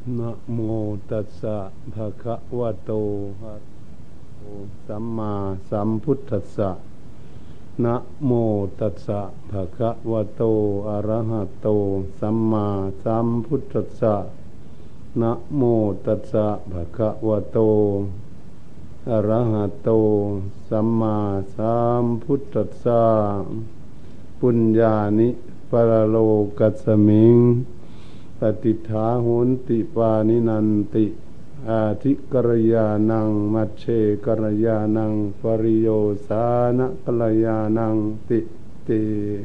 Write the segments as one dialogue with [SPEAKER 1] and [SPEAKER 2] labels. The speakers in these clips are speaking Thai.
[SPEAKER 1] นะโมตัสสะภะคะวะโตอะระหะโตสัมมาสัมพุทธัสสะนะโมตัสสะภะคะวะโตอะระหะโตสัมมาสัมพุทธัสสะนะโมตัสสะภะคะวะโตอะระหะโตสัมมาสัมพุทธัสสะปุญญานิปรโลกัสสมิงปฏิฐาโหนติปานินันติอาทิกัลยาณังมัชเชกัลยาณังปริโยสานะกัลยาณังติติ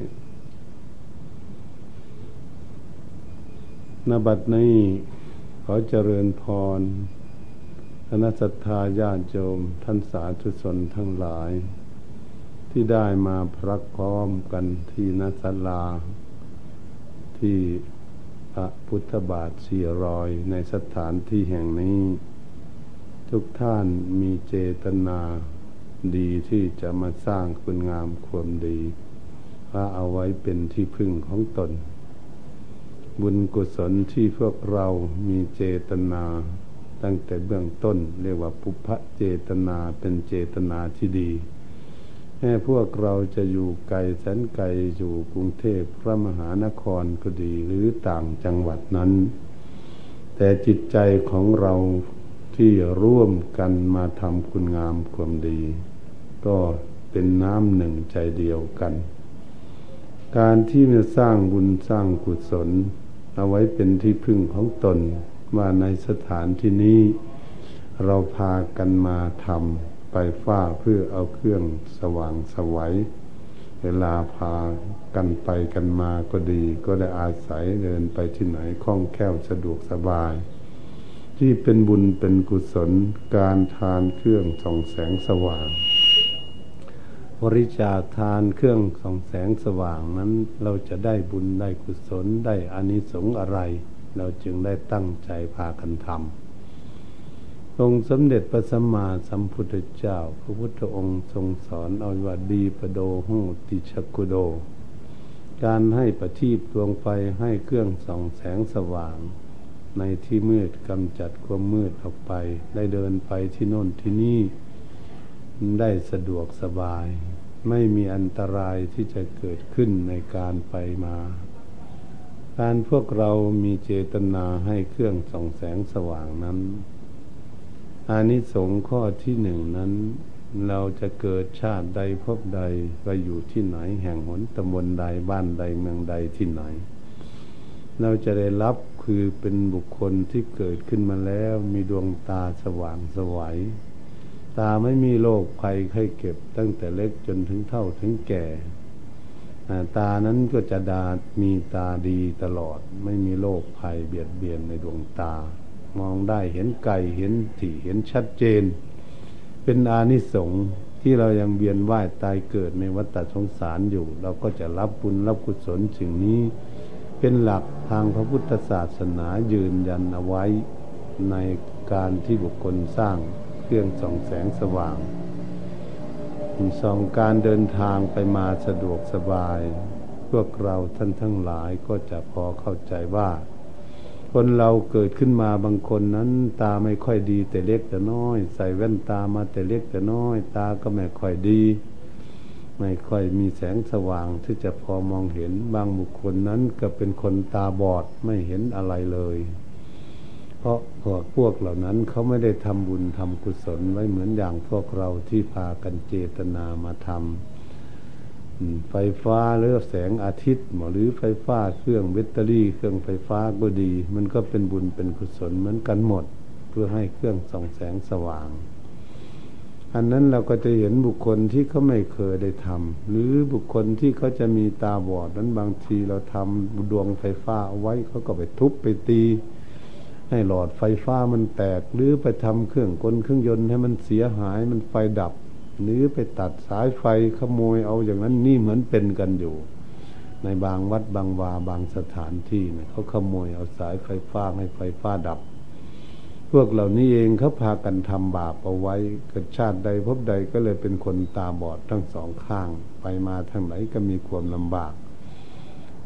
[SPEAKER 1] ณ บัดนี้ขอเจริญพรคณะศรัทธาญาติโยมท่านสาธุชนทั้งหลายที่ได้มาพรักพร้อมกันที่ณศาลาที่พระพุทธบาท400ในสถานที่แห่งนี้ทุกท่านมีเจตนาดีที่จะมาสร้างคุณงามความดีพระเอาไว้เป็นที่พึ่งของตนบุญกุศลที่พวกเรามีเจตนาตั้งแต่เบื้องต้นเรียกว่าปุพพเจตนาเป็นเจตนาที่ดีแม้พวกเราจะอยู่ไกลแสนไกลอยู่กรุงเทพพระมหานครก็ดีหรือต่างจังหวัดนั้นแต่จิตใจของเราที่ร่วมกันมาทำคุณงามความดีก็เป็นน้ำหนึ่งใจเดียวกันการที่จะสร้างบุญสร้างกุศลเอาไว้เป็นที่พึ่งของตนว่าในสถานที่นี้เราพากันมาทำไฟฟ้าเพื่อเอาเครื่องสว่างไสวเวลาพากันไปกันมาก็ดีก็ได้อาศัยเดินไปที่ไหนคล่องแคล่วสะดวกสบายที่เป็นบุญเป็นกุศลการทานเครื่องส่องแสงสว่างบริจาคทานเครื่องส่องแสงสว่างนั้นเราจะได้บุญได้กุศลได้อานิสงส์อะไรเราจึงได้ตั้งใจพากันทำองค์สมเด็จพระสัมมาสัมพุทธเจ้าพระพุทธองค์ทรงสอนเอาว่าดีปโดโหติชักกุโดการให้ประทีปดวงไฟให้เครื่องส่องแสงสว่างในที่มืดกำจัดความมืดออกไปได้เดินไปที่โน่นที่นี่ได้สะดวกสบายไม่มีอันตรายที่จะเกิดขึ้นในการไปมาการพวกเรามีเจตนาให้เครื่องส่องแสงสว่างนั้นอานิสงส์ข้อที่หนึ่งนั้นเราจะเกิดชาติใดภพใดไปอยู่ที่ไหนแห่งหนตำบลใดบ้านใดเมืองใดที่ไหนเราจะได้รับคือเป็นบุคคลที่เกิดขึ้นมาแล้วมีดวงตาสว่างไสวตาไม่มีโรคภัยไข้เจ็บตั้งแต่เล็กจนถึงเฒ่าถึงแก่ตานั้นก็จะมีตาดีตลอดไม่มีโรคภัยเบียดเบียนในดวงตามองได้เห็นไกลเห็นถี่เห็นชัดเจนเป็นอานิสงส์ที่เรายังเวียนว่ายตายเกิดในวัฏสงสารอยู่เราก็จะรับบุญรับกุศลสิ่งนี้เป็นหลักทางพระพุทธศาสนายืนยันเอาไว้ในการที่บุคคลสร้างเครื่องส่องแสงสว่างส่องการเดินทางไปมาสะดวกสบายพวกเราท่านทั้งหลายก็จะพอเข้าใจว่าคนเราเกิดขึ้นมาบางคนนั้นตาไม่ค่อยดีแต่เล็กแต่น้อยใส่แว่นตามาแต่เล็กแต่น้อยตาก็ไม่ค่อยดีไม่ค่อยมีแสงสว่างที่จะพอมองเห็นบางบุคคลนั้นก็เป็นคนตาบอดไม่เห็นอะไรเลยเพราะพวกเหล่านั้นเขาไม่ได้ทำบุญทำกุศลไว้เหมือนอย่างพวกเราที่พากันเจตนามาทำไฟฟ้าหรือแสงอาทิตย์หรือไฟฟ้าเครื่องแบตเตอรี่เครื่องไฟฟ้าก็ดีมันก็เป็นบุญเป็นกุศลเหมือนกันหมดเพื่อให้เครื่องส่องแสงสว่างอันนั้นเราก็จะเห็นบุคคลที่เขาไม่เคยได้ทำหรือบุคคลที่เขาจะมีตาบอดนั้นบางทีเราทำดวงไฟฟ้าเอาไว้เขาก็ไปทุบไปตีให้หลอดไฟฟ้ามันแตกหรือไปทำเครื่องกลเครื่องยนต์ให้มันเสียหายมันไฟดับหรือไปตัดสายไฟขโมยเอาอย่างนั้นนี่เหมือนเป็นกันอยู่ในบางวัดบางวาบางสถานที่เนี่ยเขาขโมยเอาสายไฟฟ้าให้ไฟฟ้าดับพวกเหล่านี้เองเขาพากันทำบาปเอาไว้เกิดชาติใดพบใดก็เลยเป็นคนตาบอดทั้งสองข้างไปมาทางไหนก็มีความลำบากพ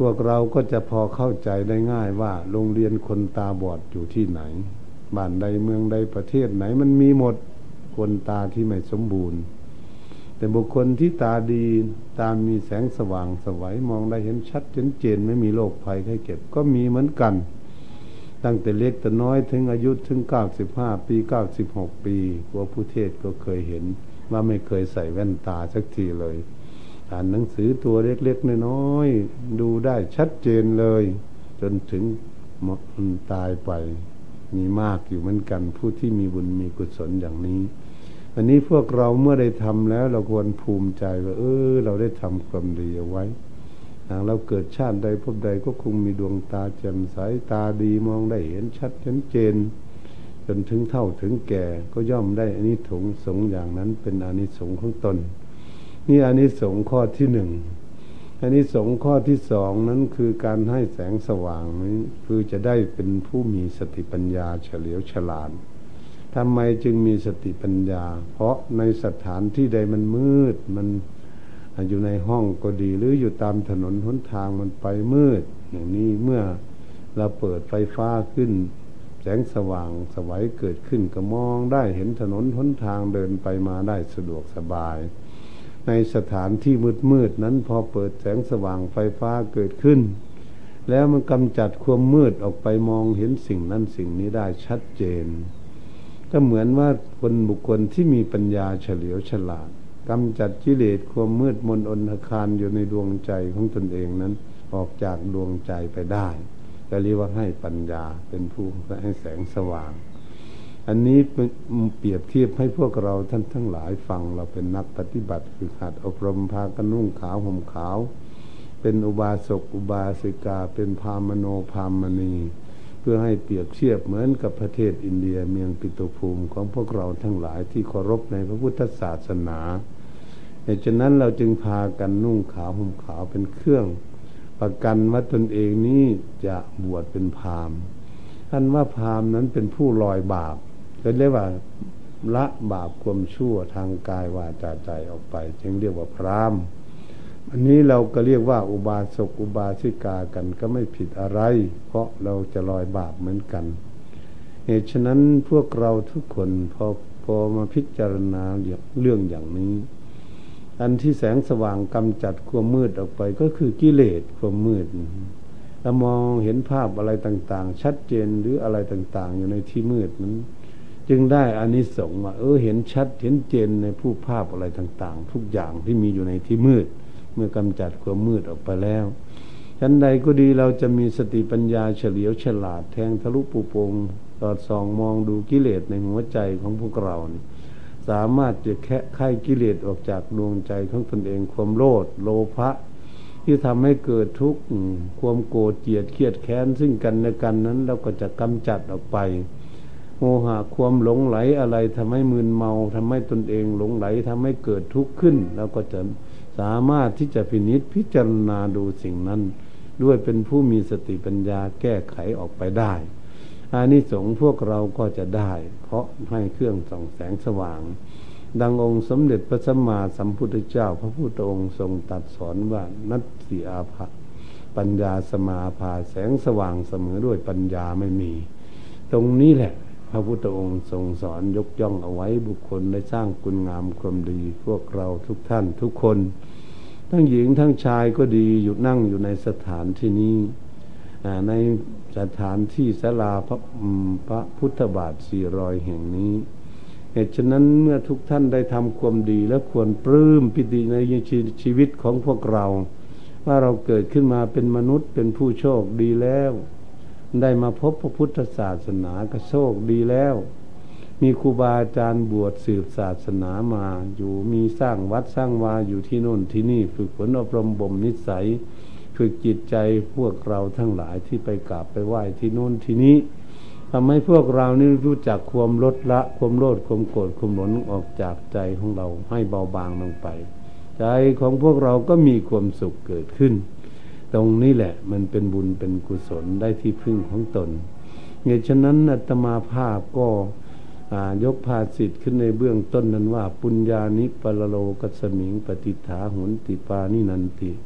[SPEAKER 1] วกเราก็จะพอเข้าใจได้ง่ายว่าโรงเรียนคนตาบอดอยู่ที่ไหนบ้านใดเมืองใดประเทศไหนมันมีหมดคนตาที่ไม่สมบูรณ์แต่บุคคลที่ตาดีตามีแสงสว่างไสวมองได้เห็นชัดเจนไม่มีโรคภัยไข้เจ็บก็มีเหมือนกันตั้งแต่เล็กแต่น้อยถึงอายุถึง95 ปี96 ปีพวกผู้เทศก็เคยเห็นว่าไม่เคยใส่แว่นตาสักทีเลยอ่านหนังสือตัวเล็กๆน้อยๆดูได้ชัดเจนเลยจนถึงตายไปมีมากอยู่เหมือนกันผู้ที่มีบุญมีกุศลอย่างนี้อันนี้พวกเราเมื่อได้ทำแล้วเราควรภูมิใจว่าเราได้ทำความดีเอาไว้เราเกิดชาติใดพบใดก็คงมีดวงตาแจ่มใสตาดีมองได้เห็นชัดเจนจนถึงเฒ่าถึงแก่ก็ย่อมได้อานิสงส์อย่างนั้นเป็นอานิสงส์ของตนนี่อานิสงส์ข้อที่หนึ่งอานิสงส์ข้อที่สองนั้นคือการให้แสงสว่างนี้คือจะได้เป็นผู้มีสติปัญญาเฉลียวฉลาดทำไมจึงมีสติปัญญาเพราะในสถานที่ใดมันมืดมันอยู่ในห้องก็ดีหรืออยู่ตามถนนหนทางมันไปมืดอย่างนี้เมื่อเราเปิดไฟฟ้าขึ้นแสงสว่างไสวเกิดขึ้นก็มองได้เห็นถนนหนทางเดินไปมาได้สะดวกสบายในสถานที่มืดนั้นพอเปิดแสงสว่างไฟฟ้าเกิดขึ้นแล้วมันกำจัดความมืดออกไปมองเห็นสิ่งนั้นสิ่งนี้ได้ชัดเจนก็เหมือนว่าบุคคลที่มีปัญญาเฉลียวฉลาดกำจัดกิเลสความมืดมนอนธคารอยู่ในดวงใจของตนเองนั้นออกจากดวงใจไปได้ก็เรียกว่าให้ปัญญาเป็นผู้ให้แสงสว่างอันนี้เปรียบเทียบให้พวกเราท่านทั้งหลายฟังเราเป็นนักปฏิบัติฝึกหัดอบรมพากันนุ่งขาวห่มขาวเป็นอุบาสกอุบาสิกาเป็นพามโนพามณีเพื่อให้เปรียบเทียบเหมือนกับประเทศอินเดียเมืองปิตุภูมิของพวกเราทั้งหลายที่เคารพในพระพุทธศาสนาเหตุฉะนั้นเราจึงพากันนุ่งขาวห่มขาวเป็นเครื่องประกันว่าตนเองนี้จะบวชเป็นพราหมณ์ท่านว่าพราหมณ์นั้นเป็นผู้ลอยบาปก็เรียกว่าละบาปความชั่วทางกายวาจาใจออกไปจึงเรียกว่าพราหมณ์อันนี้เราก็เรียกว่าอุบาสกอุบาสิกากันก็ไม่ผิดอะไรเพราะเราจะลอยบาปเหมือนกันเหตุฉะนั้นพวกเราทุกคนพอมาพิจารณาเรื่องอย่างนี้อันที่แสงสว่างกำจัดความมืดออกไปก็คือกิเลสความมืดเรามองเห็นภาพอะไรต่างๆชัดเจนหรืออะไรต่างๆอยู่ในที่มืดนั้นจึงได้อานิสงส์ว่าเห็นชัดเห็นเจนในผู้ภาพอะไรต่างๆทุกอย่างที่มีอยู่ในที่มืดเมื่อกำจัดความมืดออกไปแล้วชั้นใดก็ดีเราจะมีสติปัญญาเฉลียวฉลาดแทงทะลุปุโปงสอดส่องมองดูกิเลสในหัวใจของพวกเราสามารถจะแคะไขกิเลสออกจากดวงใจของตนเองความโลภโลภะที่ทำให้เกิดทุกข์ความโกรธเกลียดเครียดแค้นซึ่งกันและกันนั้นเราก็จะกำจัดออกไปโมหะความหลงไหลอะไรทำให้มึนเมาทำให้ตนเองหลงไหลทำให้เกิดทุกข์ขึ้นเราก็จะสามารถที่จะพิจารณาดูสิ่งนั้นด้วยเป็นผู้มีสติปัญญาแก้ไขออกไปได้อานิสงส์พวกเราก็จะได้เพราะให้เครื่องส่องแสงสว่างดังองค์สมเด็จพระสัมมาสัมพุทธเจ้าพระพุทธองค์ทรงตรัสสอนว่านัตถิอาภะปัญญาสมาภาแสงสว่างเสมอด้วยปัญญาไม่มีตรงนี้แหละพระพุทธองค์ทรงสอนยกย่องเอาไว้บุคคลได้สร้างคุณงามความดีพวกเราทุกท่านทุกคนทั้งหญิงทั้งชายก็ดีอยู่นั่งอยู่ในสถานที่นี้ในสถานที่ศาลาพระพุทธบาท400แห่งนี้เหตุฉะนั้นเมื่อทุกท่านได้ทำความดีและควรปลื้มปิติในชีวิตของพวกเราว่าเราเกิดขึ้นมาเป็นมนุษย์เป็นผู้โชคดีแล้วได้มาพบพระพุทธศาสนาก็โชคดีแล้วมีครูบาอาจารย์บวชสืบศาสนามาอยู่มีสร้างวัดสร้างวาอยู่ที่โน่นที่นี่ฝึกฝนอบรมบ่มนิสัยฝึกจิตใจพวกเราทั้งหลายที่ไปกราบไปไหว้ที่โน่นที่นี้ทำให้พวกเรานี่รู้จักความลดละความโลภความโกรธความหลงออกจากใจของเราให้เบาบางลงไปใจของพวกเราก็มีความสุขเกิดขึ้นตรงนี้แหละมันเป็นบุญเป็นกุศลได้ที่พึ่งของตนเหตุฉะนั้นอาตมาภาพก็ยกภาษิตขึ้นในเบื้องต้นนั้นว่าปุญญานิปรโลกัสสมิงปฏิฐาหุนติปานินันติ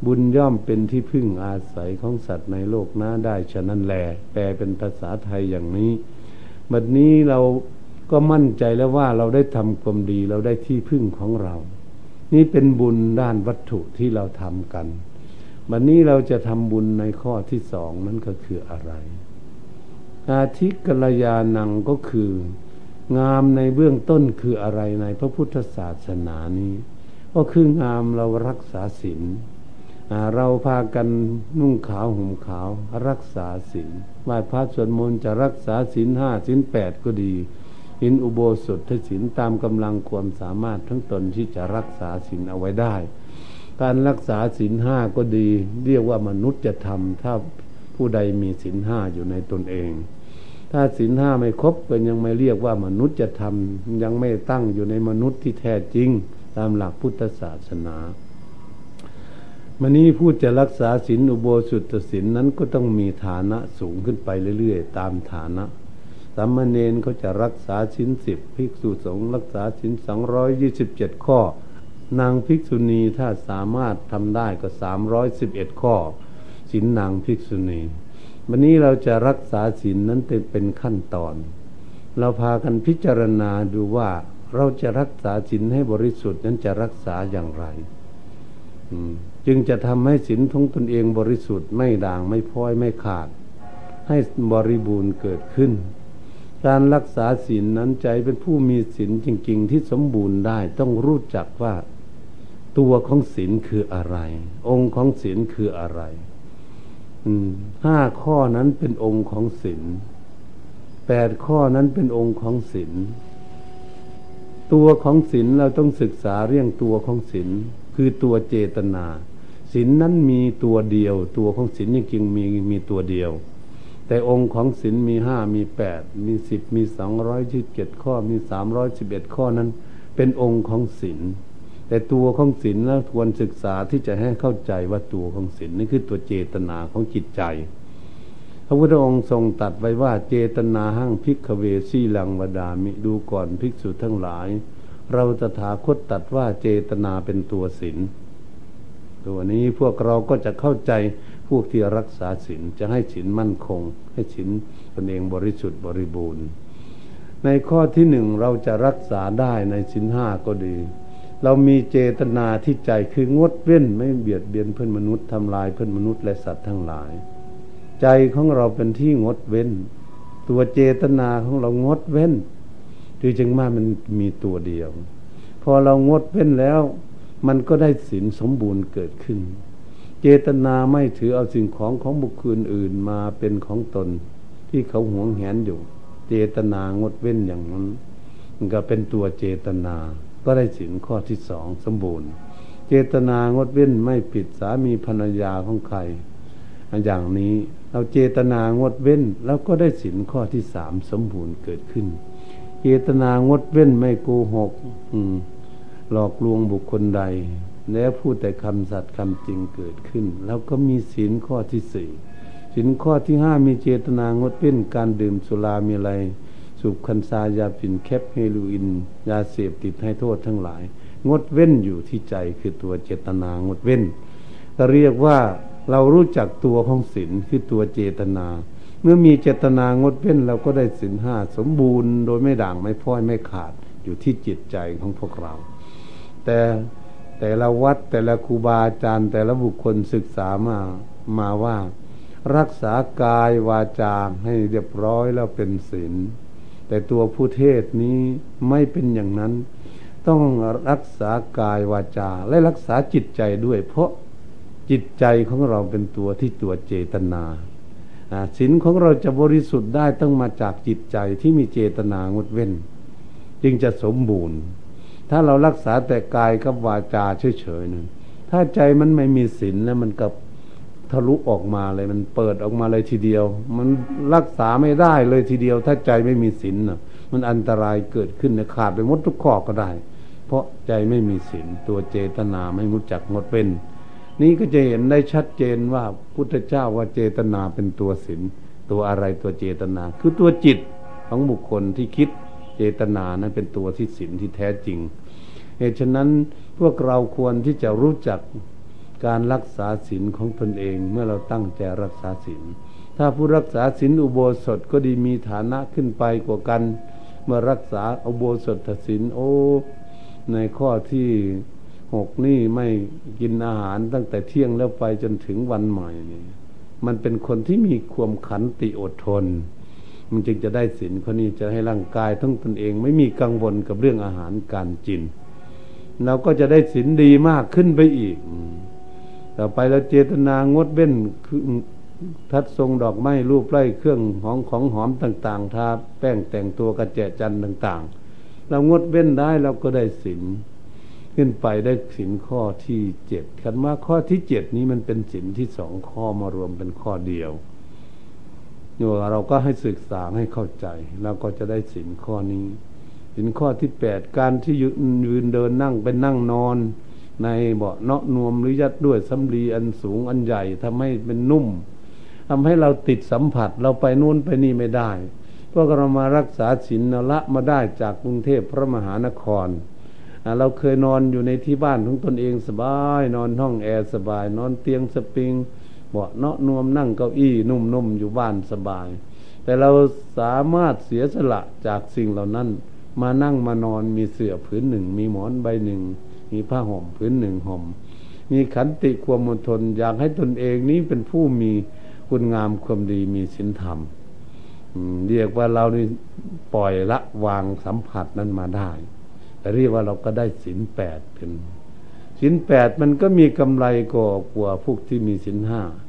[SPEAKER 1] บุญย่อมเป็นที่พึ่งอาศัยของสัตว์ในโลกน้าได้ฉะนั้นแลแปลเป็นภาษาไทยอย่างนี้บัดนี้เราก็มั่นใจแล้วว่าเราได้ทำความดีเราได้ที่พึ่งของเรานี่เป็นบุญด้านวัตถุที่เราทำกันบัดนี้เราจะทำบุญในข้อที่สองนั้นก็คืออะไรอาทิกัลยาณังก็คืองามในเบื้องต้นคืออะไรในพระพุทธศาสนานี้ก็คืองามเรารักษาศีลเราพากันนุ่งขาวห่มขาวรักษาศีลไหว้พระสวดมนต์จะรักษาศีลห้าศีลแปดก็ดีศีลอุโบสถศีลตามกำลังความสามารถทั้งตนที่จะรักษาศีลเอาไว้ได้การรักษาศีลห้าก็ดีเรียกว่ามนุษย์จะทำถ้าผู้ใดมีศีลห้าอยู่ในตนเองถ้าศีลห้าไม่ครบก็ยังไม่เรียกว่ามนุษย์จะทำยังไม่ตั้งอยู่ในมนุษย์ที่แท้จริงตามหลักพุทธศาสนามันนี้พูดจะรักษาศีลอุโบสถศีลนั้นก็ต้องมีฐานะสูงขึ้นไปเรื่อยๆตามฐานะสามเณรเขาจะรักษาศีล10ภิกษุสงฆ์รักษาศีล227ข้อนางภิกษุณีถ้าสามารถทำได้ก็311ข้อศีลนางภิกษุณีวันนี้เราจะรักษาศีลนั้นเป็นขั้นตอนเราพากันพิจารณาดูว่าเราจะรักษาศีลให้บริสุทธิ์นั้นจะรักษาอย่างไรจึงจะทำให้ศีลของตนเองบริสุทธิ์ไม่ด่างไม่พร้อยไม่ขาดให้บริบูรณ์เกิดขึ้นการรักษาศีลนั้นใจเป็นผู้มีศีลจริงๆที่สมบูรณ์ได้ต้องรู้จักว่าตัวของศีลคืออะไรองค์ของศีลคืออะไร5 ข้อนั้นเป็นองค์ของศีล8 ข้อนั้นเป็นองค์ของศีลตัวของศีลเราต้องศึกษาเรื่องตัวของศีลคือตัวเจตนาศีลนั้นมีตัวเดียวตัวของศีลจริงๆมีตัวเดียวแต่องค์ของศีลมี5มี8มี10มี227ข้อมี311ข้อนั้นเป็นองค์ของศีลแต่ตัวของศีลแล้วควรศึกษาที่จะให้เข้าใจว่าตัวของศีลนี่คือตัวเจตนาของจิตใจพระพุทธองค์ทรงตรัสไว้ว่าเจตนาหั่งภิกขเวสีลังวดามิดูก่อนภิกษุทั้งหลายเราตถาคตตรัสว่าเจตนาเป็นตัวศีลตัวนี้พวกเราก็จะเข้าใจพวกที่รักษาศีลจะให้ศีลมั่นคงให้ศีลตนเองบริสุทธิ์บริบูรณ์ในข้อที่1เราจะรักษาได้ในศีล5ก็ดีเรามีเจตนาที่ใจคืองดเว้นไม่เบียดเบียนเพื่อนมนุษย์ทำลายเพื่อนมนุษย์และสัตว์ทั้งหลายใจของเราเป็นที่งดเว้นตัวเจตนาของเรางดเว้นจึงว่ามันมีตัวเดียวพอเรางดเว้นแล้วมันก็ได้ศีลสมบูรณ์เกิดขึ้นเจตนาไม่ถือเอาสิ่งของบุคคลอื่นมาเป็นของตนที่เขาหวงแหนอยู่เจตนางดเว้นอย่างนั้นมันก็เป็นตัวเจตนาก็ได้ศีลข้อที่2สมบูรณ์เจตนางดเว้นไม่ผิดสามีภรรยาของใครอย่างนี้เราเจตนางดเว้นแล้วก็ได้ศีลข้อที่3สมบูรณ์เกิดขึ้นเจตนางดเว้นไม่โกหกหลอกลวงบุคคลใดแล้วพูดแต่คำสัตย์คำจริงเกิดขึ้นแล้วก็มีศีลข้อที่4ศีลข้อที่5มีเจตนางดเว้นการดื่มสุรามีอะไรสูบคัญชายาฝิ่นแคปเฮโรอีนยาเสพติดให้โทษทั้งหลายงดเว้นอยู่ที่ใจคือตัวเจตนางดเว้นก็เรียกว่าเรารู้จักตัวของศีลคือตัวเจตนาเมื่อมีเจตนางดเว้นเราก็ได้ศีล5สมบูรณ์โดยไม่ด่างไม่พร้อยไม่ขาดอยู่ที่จิตใจของพวกเราแต่ละวัดแต่ละครูบาอาจารย์แต่ละบุคคลศึกษามาว่ารักษากายวาจาให้เรียบร้อยแล้วเป็นศีลแต่ตัวผู้เทศนี้ไม่เป็นอย่างนั้นต้องรักษากายวาจาและรักษาจิตใจด้วยเพราะจิตใจของเราเป็นตัวที่ตัวเจตนาศีลของเราจะบริสุทธิ์ได้ต้องมาจากจิตใจที่มีเจตนางดเว้นจึงจะสมบูรณ์ถ้าเรารักษาแต่กายกับวาจาเฉยๆนึงถ้าใจมันไม่มีศีลแล้วมันกับทะลุออกมาเลยมันเปิดออกมาเลยทีเดียวมันรักษาไม่ได้เลยทีเดียวถ้าใจไม่มีศีลน่ะมันอันตรายเกิดขึ้นนะขาดไปหมดทุกข้อก็ได้เพราะใจไม่มีศีลตัวเจตนาไม่รู้จักงดเว้นนี้ก็จะเห็นได้ชัดเจนว่าพุทธเจ้าว่าเจตนาเป็นตัวศีลตัวอะไรตัวเจตนาคือตัวจิตของบุคคลที่คิดเจตนานั้นเป็นตัวที่ศีลที่แท้จริงเหตุฉะนั้นพวกเราควรที่จะรู้จักการรักษาศีลของตนเองเมื่อเราตั้งใจรักษาศีลถ้าผู้รักษาศีลอุโบสถก็ดีมีฐานะขึ้นไปกว่ากันเมื่อรักษาอุโบสถศีลในข้อที่6นี่ไม่กินอาหารตั้งแต่เที่ยงแล้วไปจนถึงวันใหม่นี่มันเป็นคนที่มีความขันติอดทนมันจึงจะได้ศีลข้อนี้จะให้ร่างกายทั้งตนเองไม่มีกังวลกับเรื่องอาหารการกินเราก็จะได้ศีลดีมากขึ้นไปอีกต่อไปเราเจตนางดเว้นทัดทรงดอกไม้รูปไล้เครื่องของหอมต่างๆทาแป้งแต่งตัวกระแจจันต่างๆเรางดเว้นได้เราก็ได้ศีลขึ้นไปได้ศีลข้อที่7คันว่าข้อที่7นี้มันเป็นศีลที่2ข้อมารวมเป็นข้อเดียวเราก็ให้ศึกษาให้เข้าใจเราก็จะได้ศีลข้อนี้ศีลข้อที่8การที่ยืนเดินนั่งเป็นนั่งนอนในเบาะเนาะนวมหรือยัดด้วยสำลีอันสูงอันใหญ่ทำให้เป็นนุ่มทำให้เราติดสัมผัสเราไปนู่นไปนี่ไม่ได้พวกเรามารักษาศีลเราละมาได้จากกรุงเทพพระมหานครเราเคยนอนอยู่ในที่บ้านของตนเองสบายนอนห้องแอร์สบายนอนเตียงสปริงเบาะเนาะนวมนั่งเก้าอี้นุ่มๆอยู่บ้านสบายแต่เราสามารถเสียสละจากสิ่งเหล่านั้นมานั่งมานอนมีเสื่อผืนหนึ่งมีหมอนใบหนึ่งมีผ้าห่มผืนหนึ่งห่มมีขันติความอดทนอยากให้ตนเองนี้เป็นผู้มีคุณงามความดีมีศีลธรรมเรียกว่าเรานี่ปล่อยละวางสัมผัสนั้นมาได้แต่เรียกว่าเราก็ได้ศีล8เป็นศีล8มันก็มีกำไรกว่าพวกที่มีศีล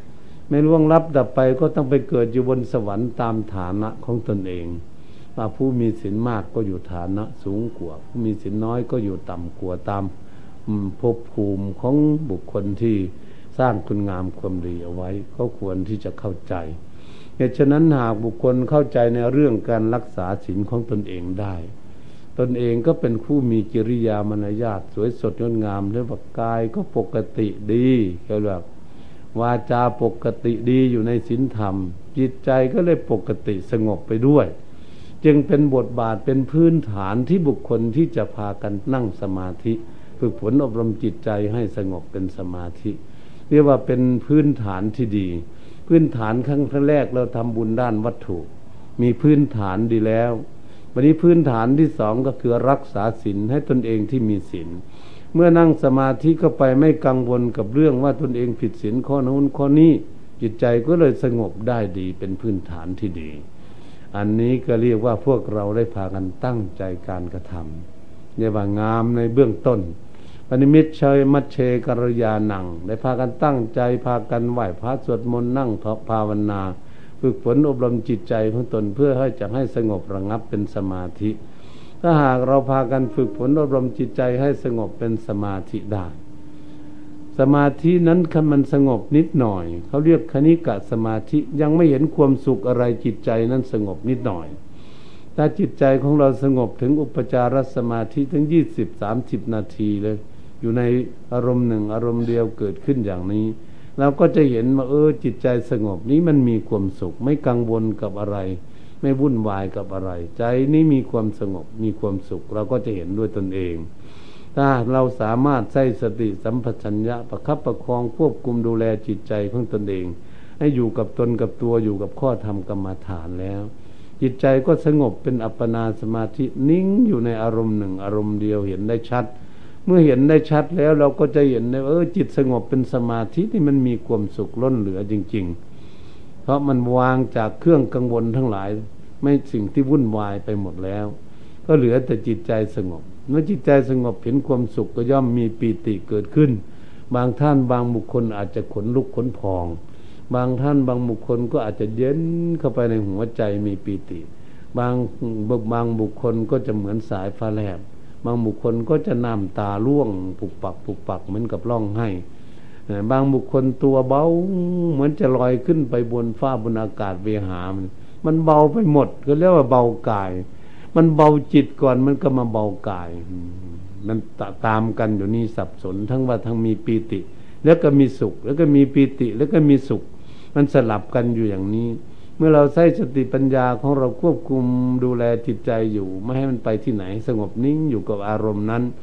[SPEAKER 1] 5ไม่ล่วงลับดับไปก็ต้องไปเกิดอยู่บนสวรรค์ตามฐานะของตนเองว่าผู้มีศีลมากก็อยู่ฐานะสูงกว่าผู้มีศีลน้อยก็อยู่ต่ำกว่าตามภพภูมิของบุคคลที่สร้างคุณงามความดีเอาไว้เขาควรที่จะเข้าใจเหตุฉะนั้นหากบุคคลเข้าใจในเรื่องการรักษาศีลของตนเองได้ตนเองก็เป็นผู้มีกิริยามารยาทสวยสดงดงามและว่ากายก็ปกติดีเรียกวาจาปกติดีอยู่ในศีลธรรมจิตใจก็เลยปกติสงบไปด้วยจึงเป็นบทบาทเป็นพื้นฐานที่บุคคลที่จะพากันนั่งสมาธิฝึกฝนอบรมจิตใจให้สงบเป็นสมาธิเรียกว่าเป็นพื้นฐานที่ดีพื้นฐานครั้งแรกเราทำบุญด้านวัตถุมีพื้นฐานดีแล้ววันนี้พื้นฐานที่2ก็คือรักษาศีลให้ตนเองที่มีศีลเมื่อนั่งสมาธิก็ไปไม่กังวลกับเรื่องว่าตนเองผิดศีลข้อนู้นข้อนี้จิตใจก็เลยสงบได้ดีเป็นพื้นฐานที่ดีอันนี้ก็เรียกว่าพวกเราได้พากันตั้งใจการกระทำเรียกว่างามในเบื้องต้นปณิมิตเชยมัชเชกัลยาณังได้พากันตั้งใจพากันไหว้พระสวดมนต์นั่งภาวนาฝึกฝนอบรมจิตใจของตนเพื่อให้สงบระงับเป็นสมาธิถ้าหากเราพากันฝึกฝนอบรมจิตใจให้สงบเป็นสมาธิได้สมาธินั้นคันมันสงบนิดหน่อยเขาเรียกคณิกะสมาธิยังไม่เห็นความสุขอะไรจิตใจนั้นสงบนิดหน่อยถ้าจิตใจของเราสงบถึงอุปจารสมาธิถึง20-30 นาทีเลยอยู่ในอารมณ์หนึ่งอารมณ์เดียวเกิดขึ้นอย่างนี้เราก็จะเห็นว่าจิตใจสงบนี้มันมีความสุขไม่กังวลกับอะไรไม่วุ่นวายกับอะไรใจนี้มีความสงบมีความสุขเราก็จะเห็นด้วยตนเองถ้าเราสามารถใช้สติสัมปชัญญะประคับประคองควบคุมดูแลจิตใจของตนเองให้อยู่กับตนกับตัวอยู่กับข้อธรรมกรรมฐานแล้วจิตใจก็สงบเป็นอัปปนาสมาธินิ่งอยู่ในอารมณ์หนึ่งอารมณ์เดียวเห็นได้ชัดเมื่อเห็นได้ชัดแล้วเราก็จะเห็นได้จิตสงบเป็นสมาธิที่มันมีความสุขล้นเหลือจริงๆเพราะมันวางจากเครื่องกังวลทั้งหลายไม่สิ่งที่วุ่นวายไปหมดแล้วก็เหลือแต่จิตใจสงบเมื่อจิตใจสงบเห็นความสุขก็ย่อมมีปีติเกิดขึ้นบางท่านบางบุคคลอาจจะขนลุกขนพองบางท่านบางบุคคลก็อาจจะเย็นเข้าไปในหัวใจมีปีติบางบุคคลก็จะเหมือนสายฟ้าแลบบางบุคคลก็จะน้ำตาร่วงปุกปักเหมือนกับร้องไห้บางบุคคลตัวเบาเหมือนจะลอยขึ้นไปบนฟ้าบนอากาศเวหามันเบาไปหมดก็เรียกว่าเบากายมันเบาจิตก่อนมันก็มาเบากายมันตามกันอยู่นี่สับสนทั้งว่าทั้งมีปีติแล้วก็มีสุขแล้วก็มีปีติแล้วก็มีสุขมันสลับกันอยู่อย่างนี้เมื่อเราใช้สติปัญญาของเราควบคุมดูแลจิตใจอยู่ไม่ให้มันไปที่ไหนสงบนิ่งอยู่กับอารมณ์นั้น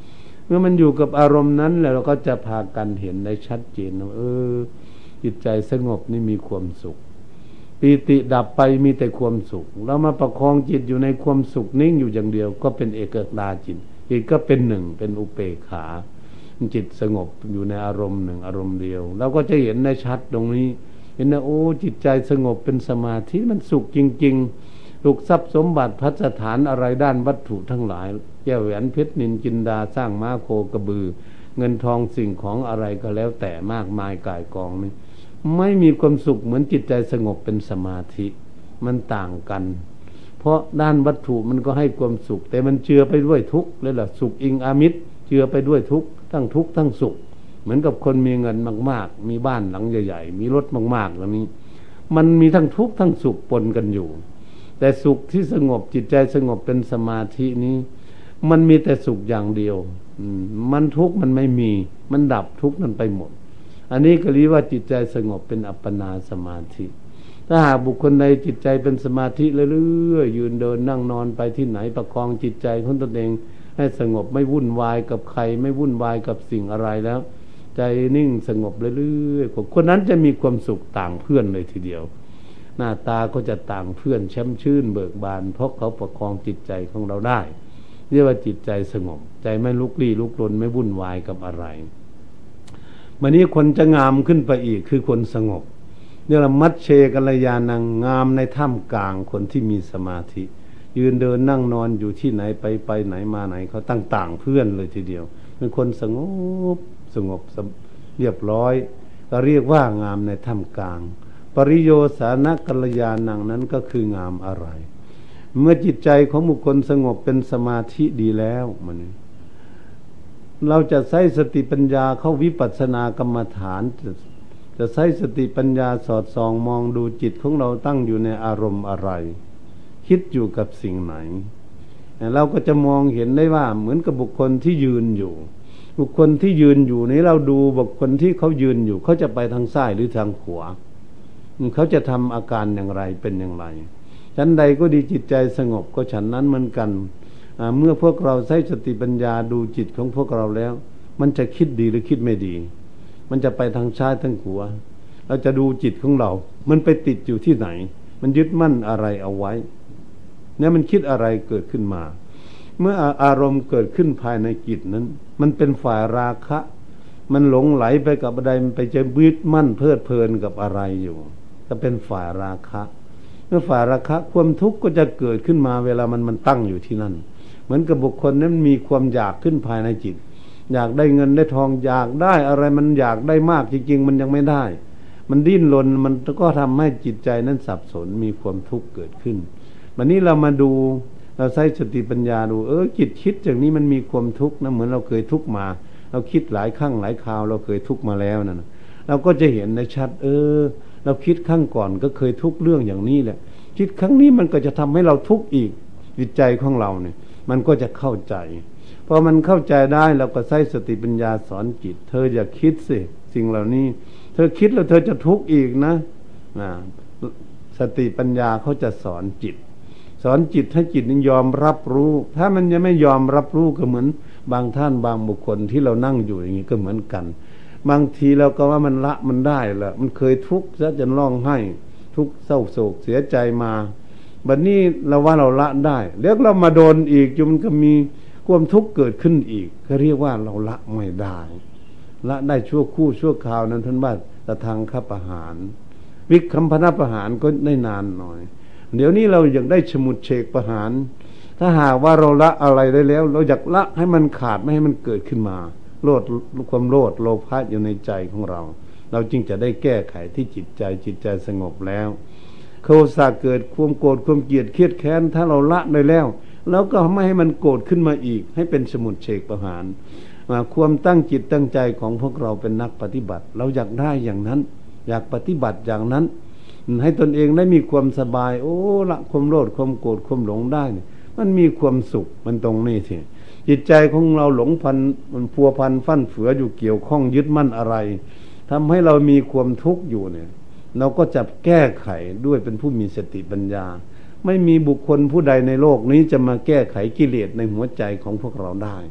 [SPEAKER 1] เมื่อมันอยู่กับอารมณ์นั้นแล้วเราก็จะพากันเห็นได้ชัดเจนว่าจิตใจสงบนี่มีความสุขปีติดับไปมีแต่ความสุขเรามาประคองจิตอยู่ในความสุขนิ่งอยู่อย่างเดียวก็เป็นเอกตาจิตจิตก็เป็นหนึ่งเป็นอุเบกขาจิตสงบอยู่ในอารมณ์หนึ่งอารมณ์เดียวเราก็จะเห็นได้ชัดตรงนี้เห็นนะจิตใจสงบเป็นสมาธิมันสุขจริงๆสุขทรัพย์สมบัติพัสถานอะไรด้านวัตถุทั้งหลายแก้วแหวนเพชรนิลจินดาสร้างม้าโคกระบือเงินทองสิ่งของอะไรก็แล้วแต่มากมายก่ายกองนี่ไม่มีความสุขเหมือนจิตใจสงบเป็นสมาธิมันต่างกันเพราะด้านวัตถุมันก็ให้ความสุขแต่มันเจือไปด้วยทุกข์เลยล่ะสุขอิงอามิตรเจือไปด้วยทุกข์ทั้งทุกข์ทั้งสุขเหมือนกับคนมีเงินมากๆมีบ้านหลังใหญ่ๆมีรถมากๆแล้วนี้มันมีทั้งทุกข์ทั้งสุขปนกันอยู่แต่สุขที่สงบจิตใจสงบเป็นสมาธินี้มันมีแต่สุขอย่างเดียวมันทุกข์มันไม่มีมันดับทุกข์นั้นไปหมดอันนี้ก็เรียกว่าจิตใจสงบเป็นอัปปนาสมาธิถ้าหากบุคคลใดจิตใจเป็นสมาธิเรื่อยๆยืนเดินนั่งนอนไปที่ไหนประคองจิตใจของตนเองให้สงบไม่วุ่นวายกับใครไม่วุ่นวายกับสิ่งอะไรแล้วใจนิ่งสงบเรื่อยๆคนนั้นจะมีความสุขต่างเพื่อนเลยทีเดียวหน้าตาก็จะต่างเพื่อนแช่มชื่นเบิกบานเพราะเขาประคองจิตใจของเราได้เรียกว่าจิตใจสงบใจไม่ลุกลี้ลุกลนไม่วุ่นวายกับอะไรวันนี้คนจะงามขึ้นไปอีกคือคนสงบเนี่ยละมัชเชกัลยาณังงามในถ้ำกลางคนที่มีสมาธิยืนเดินนั่งนอนอยู่ที่ไหนไปไหนมาไหนเขาต่างเพื่อนเลยทีเดียวเป็นคนสงบเรียบร้อยก็เรียกว่างามในถ้ำกลางปริโยสานกัลยาณังนั้นก็คืองามอะไรเมื่อจิตใจของบุคคลสงบเป็นสมาธิดีแล้วมันเราจะใช้สติปัญญาเข้าวิปัสสนากรรมฐานจะใช้สติปัญญาสอดส่องมองดูจิตของเราตั้งอยู่ในอารมณ์อะไรคิดอยู่กับสิ่งไหนเราก็จะมองเห็นได้ว่าเหมือนกับบุคคลที่ยืนอยู่บุคคลที่ยืนอยู่นี้เราดูบุคคลที่เขายืนอยู่เขาจะไปทางซ้ายหรือทางขวาเขาจะทำอาการอย่างไรเป็นอย่างไรชั้นใดก็ดีจิตใจสงบก็ฉันนั้นเหมือนกันเมื่อพวกเราใช้สติปัญญาดูจิตของพวกเราแล้วมันจะคิดดีหรือคิดไม่ดีมันจะไปทางซ้ายทางขวาเราจะดูจิตของเรามันไปติดอยู่ที่ไหนมันยึดมั่นอะไรเอาไว้เนี่ยมันคิดอะไรเกิดขึ้นมาเมื่ออารมณ์เกิดขึ้นภายในจิตนั้นมันเป็นฝ่ายราคะมันหลงไหลไปกับอะไรมันไปจะยึดมั่นเพลิดเพลินกับอะไรอยู่ก็เป็นฝ่ายราคะเมื่อฝ่ายราคะความทุกข์ก็จะเกิดขึ้นมาเวลามันตั้งอยู่ที่นั่นเหมือนกับบุคคลนั้นมีความอยากขึ้นภายในจิตอยากได้เงินได้ทองอยากได้อะไรมันอยากได้มากจริงๆมันยังไม่ได้มันดิ้นรนมันก็ทำให้จิตใจนั้นสับสนมีความทุกข์เกิดขึ้นวันนี้เรามาดูเราใช้สติปัญญาดูจิตคิดอย่างนี้มันมีความทุกข์นะเหมือนเราเคยทุกข์มาเราคิดหลายครั้งหลายคราวเราเคยทุกข์มาแล้วนั่นเราก็จะเห็นได้ชัดเราคิดครั้งก่อนก็เคยทุกข์เรื่องอย่างนี้แหละคิดครั้งนี้มันก็จะทำให้เราทุกข์อีกจิตใจของเราเนี่ยมันก็จะเข้าใจพอมันเข้าใจได้เราก็ใช้สติปัญญาสอนจิตเธออย่าคิดสิสิ่งเหล่านี้เธอคิดแล้วเธอจะทุกข์อีกนะสติปัญญาเขาจะสอนจิตให้จิตนั้นยอมรับรู้ถ้ามันยังไม่ยอมรับรู้ก็เหมือนบางท่านบางบุคคลที่เรานั่งอยู่อย่างนี้ก็เหมือนกันบางทีเราก็ว่ามันละมันได้ละมันเคยทุกข์ซะจนร้องไห้ทุกข์เศร้าโศกเสียใจมาบัดนี้เราว่าเราละได้แล้วเรามาโดนอีกจนมันก็มีความทุกข์เกิดขึ้นอีกก็เรียกว่าเราละไม่ได้ละได้ชั่วคู่ชั่วคราวนั้นท่านว่าตะทางคับประหารวิคัมพนประหารก็ได้นานหน่อยเดี๋ยวนี้เราอยากได้ฉมุดเฉกประหารถ้าหากว่าเราละอะไรได้แล้วเราอยากละให้มันขาดไม่ให้มันเกิดขึ้นมาความโลภโลภะอยู่ในใจของเราจึงจะได้แก้ไขที่จิตใจสงบแล้วโทสะเกิดความโกรธความเกลียดเครียดแค้นถ้าเราละได้แล้วก็ไม่ให้มันโกรธขึ้นมาอีกให้เป็นสมุดเฉกประหารความตั้งจิตตั้งใจของพวกเราเป็นนักปฏิบัติเราอยากได้อย่างนั้นอยากปฏิบัติอย่างนั้นให้ตนเองได้มีความสบายละความโลภความโกรธความหลงได้มันมีความสุขมันตรงนี้สิจิตใจของเราหลงพันมันพัวพันฟั่นเฟืออยู่เกี่ยวข้องยึดมั่นอะไรทำให้เรามีความทุกข์อยู่เนี่ยเราก็จะแก้ไขด้วยเป็นผู้มีสติปัญญาไม่มีบุคคลผู้ใดในโลกนี้จะมาแก้ไขกิเลสในหัวใจของพวกเราได้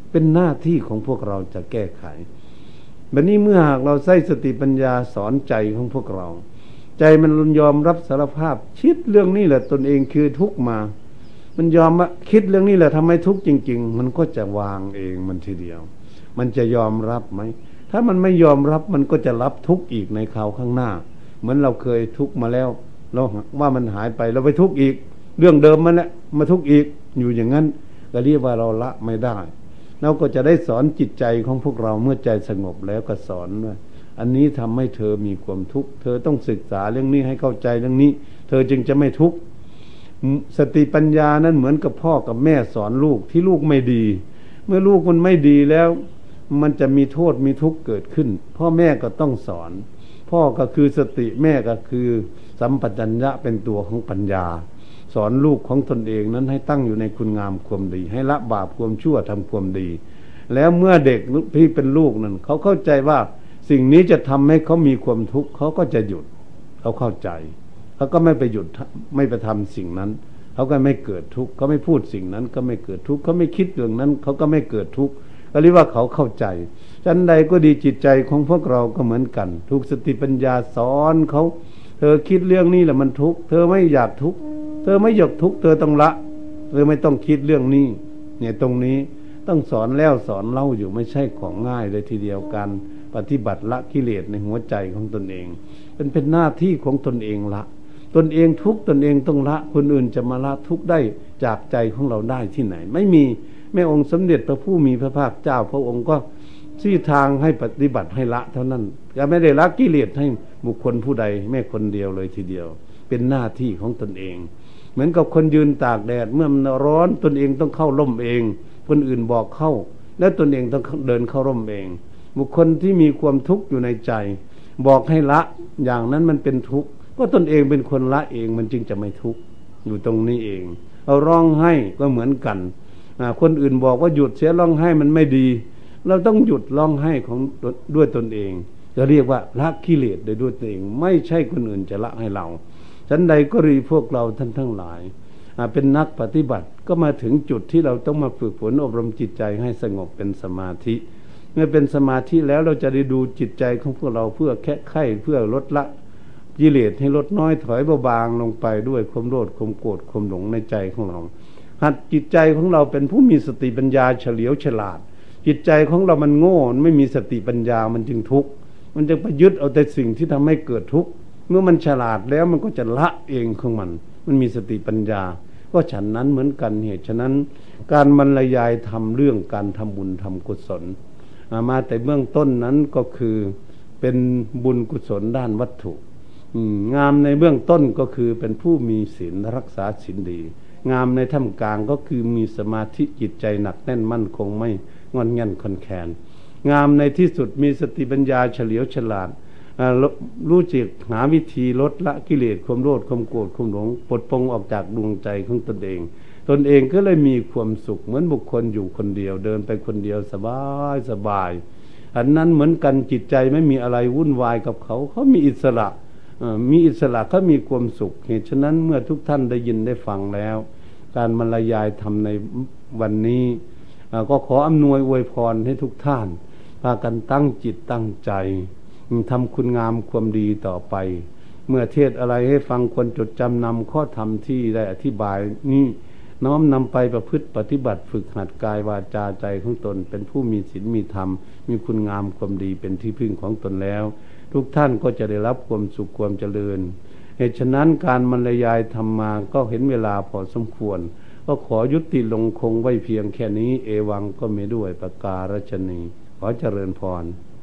[SPEAKER 1] เป็นหน้าที่ของพวกเราจะแก้ไขบัดนี้เมื่อหากเราใช้สติปัญญาสอนใจของพวกเราใจมันยอมรับสารภาพคิดเรื่องนี้แหละตนเองคือทุกข์มามันยอมว่าคิดเรื่องนี้แหละทำให้ทุกข์จริงๆมันก็จะวางเองมันทีเดียวมันจะยอมรับไหมถ้ามันไม่ยอมรับมันก็จะรับทุกข์อีกในคราวข้างหน้าเหมือนเราเคยทุกข์มาแล้วเราว่ามันหายไปเราไปทุกข์อีกเรื่องเดิมมันแหละมาทุกข์อีกอยู่อย่างนั้นก็เรียกว่าเราละไม่ได้เราก็จะได้สอนจิตใจของพวกเราเมื่อใจสงบแล้วก็สอนว่าอันนี้ทำให้เธอมีความทุกข์เธอต้องศึกษาเรื่องนี้ให้เข้าใจเรื่องนี้เธอจึงจะไม่ทุกข์สติปัญญานั้นเหมือนกับพ่อกับแม่สอนลูกที่ลูกไม่ดีเมื่อลูกมันไม่ดีแล้วมันจะมีโทษมีทุกข์เกิดขึ้นพ่อแม่ก็ต้องสอนพ่อก็คือสติแม่ก็คือสัมปชัญญะเป็นตัวของปัญญาสอนลูกของตนเองนั้นให้ตั้งอยู่ในคุณงามความดีให้ละบาปความชั่วทำความดีแล้วเมื่อเด็กที่เป็นลูกนั้นเขาเข้าใจว่าสิ่งนี้จะทำให้เขามีความทุกข์เขาก็จะหยุดเขาเข้าใจเขาก็ไม่ไปหยุดไม่ไปทำสิ่งนั้นเขาก็ไม่เกิดทุกข์เขาไม่พูดสิ่งนั้นก็ไม่เกิดทุกข์เขาไม่คิดเรื่องนั้นเขาก็ไม่เกิดทุกข์ก็เรียกว่าเขาเข้าใจฉันใดก็ดีจิตใจของพวกเราก็เหมือนกันถูกสติปัญญาสอนเขาเธอคิดเรื่องนี้แหละมันทุกข์เธอไม่อยากทุกข์เธอไม่อยากทุกข์เธอต้องละเธอไม่ต้องคิดเรื่องนี้เนี่ยตรงนี้ต้องสอนแล้วสอนเล่าอยู่ไม่ใช่ของง่ายเลยทีเดียวกันปฏิบัติละกิเลสในหัวใจของตนเองเป็นหน้าที่ของตนเองละตนเองทุกข์ตนเองต้องละคนอื่นจะมาละทุกข์ได้จากใจของเราได้ที่ไหนไม่มีแม่องค์สมเด็จพระผู้มีพระภาคเจ้าพระองค์ก็ชี้ทางให้ปฏิบัติให้ละเท่านั้นก็ไม่ได้ละกิเลสให้บุคคลผู้ใดแม้คนเดียวเลยทีเดียวเป็นหน้าที่ของตนเองเหมือนกับคนยืนตากแดดเมื่อมันร้อนตนเองต้องเข้าร่มเองคนอื่นบอกเข้าแล้วตนเองต้องเดินเข้าร่มเองบุคคลที่มีความทุกข์อยู่ในใจบอกให้ละอย่างนั้นมันเป็นทุกข์ก็ตนเองเป็นคนละเองมันจึงจะไม่ทุกข์อยู่ตรงนี้เองเอาร้องไห้ก็เหมือนกันคนอื่นบอกว่าหยุดเสียร้องไห้มันไม่ดีเราต้องหยุดร้องไห้ของด้วยตนเองจะเรียกว่าละกิเลสด้วยตนเองไม่ใช่คนอื่นจะละให้เราฉันใดก็รีพวกเราท่านทั้งหลายเป็นนักปฏิบัติก็มาถึงจุดที่เราต้องมาฝึกฝนอบรมจิตใจให้สงบเป็นสมาธิเมื่อเป็นสมาธิแล้วเราจะได้ดูจิตใจของพวกเราเพื่อแค่ไข้เพื่อลดละกิเลสให้ลดน้อยถอยเบาบางลงไปด้วยความโลภความโกรธความหลงในใจของเราหัดจิตใจของเราเป็นผู้มีสติปัญญาเฉลียวฉลาดจิตใจของเรามันโง่ไม่มีสติปัญญามันจึงทุกข์มันจึงไปยึดเอาแต่สิ่งที่ทำให้เกิดทุกข์เมื่อมันฉลาดแล้วมันก็จะละเองของมันมีสติปัญญาก็ฉันนั้นเหมือนกันเหตุฉะนั้นการบรรยายทำเรื่องการทำบุญทำกุศลมาแต่เบื้องต้นนั้นก็คือเป็นบุญกุศลด้านวัตถุงามในเบื้องต้นก็คือเป็นผู้มีศีลรักษาศีลดีงามในท่ามกลางก็คือมีสมาธิจิตใจหนักแน่นมั่นคงไม่งอนแง่นคอนแคนงามในที่สุดมีสติปัญญาเฉลียวฉลาดรู้จักหาวิธีลดละกิเลสความโลภความโกรธความหลงปลดปลงออกจากดวงใจของตนเองก็เลยมีความสุขเหมือนบุคคลอยู่คนเดียวเดินไปคนเดียวสบายอันนั้นเหมือนกันจิตใจไม่มีอะไรวุ่นวายกับเขามีอิสระเขามีความสุขเหตุฉะนั้นเมื่อทุกท่านได้ยินได้ฟังแล้วการบรรยายธรรมในวันนี้ก็ขออำนวยอวยพรให้ทุกท่านพากันตั้งจิตตั้งใจทำคุณงามความดีต่อไปเมื่อเทศอะไรให้ฟังควรจดจำนำข้อธรรมที่ได้อธิบายนี้น้อมนำไปประพฤติปฏิบัติฝึกหัดกายวาจาใจของตนเป็นผู้มีศีลมีธรรมมีคุณงามความดีเป็นที่พึ่งของตนแล้วทุกท่านก็จะได้รับความสุขความเจริญเหตุฉะนั้นการบรรยายธรรมมาก็เห็นเวลาพอสมควรก็ขอยุติลงคงไว้เพียงแค่นี้เอวังก็มีด้วยประการฉนีขอเจริญพร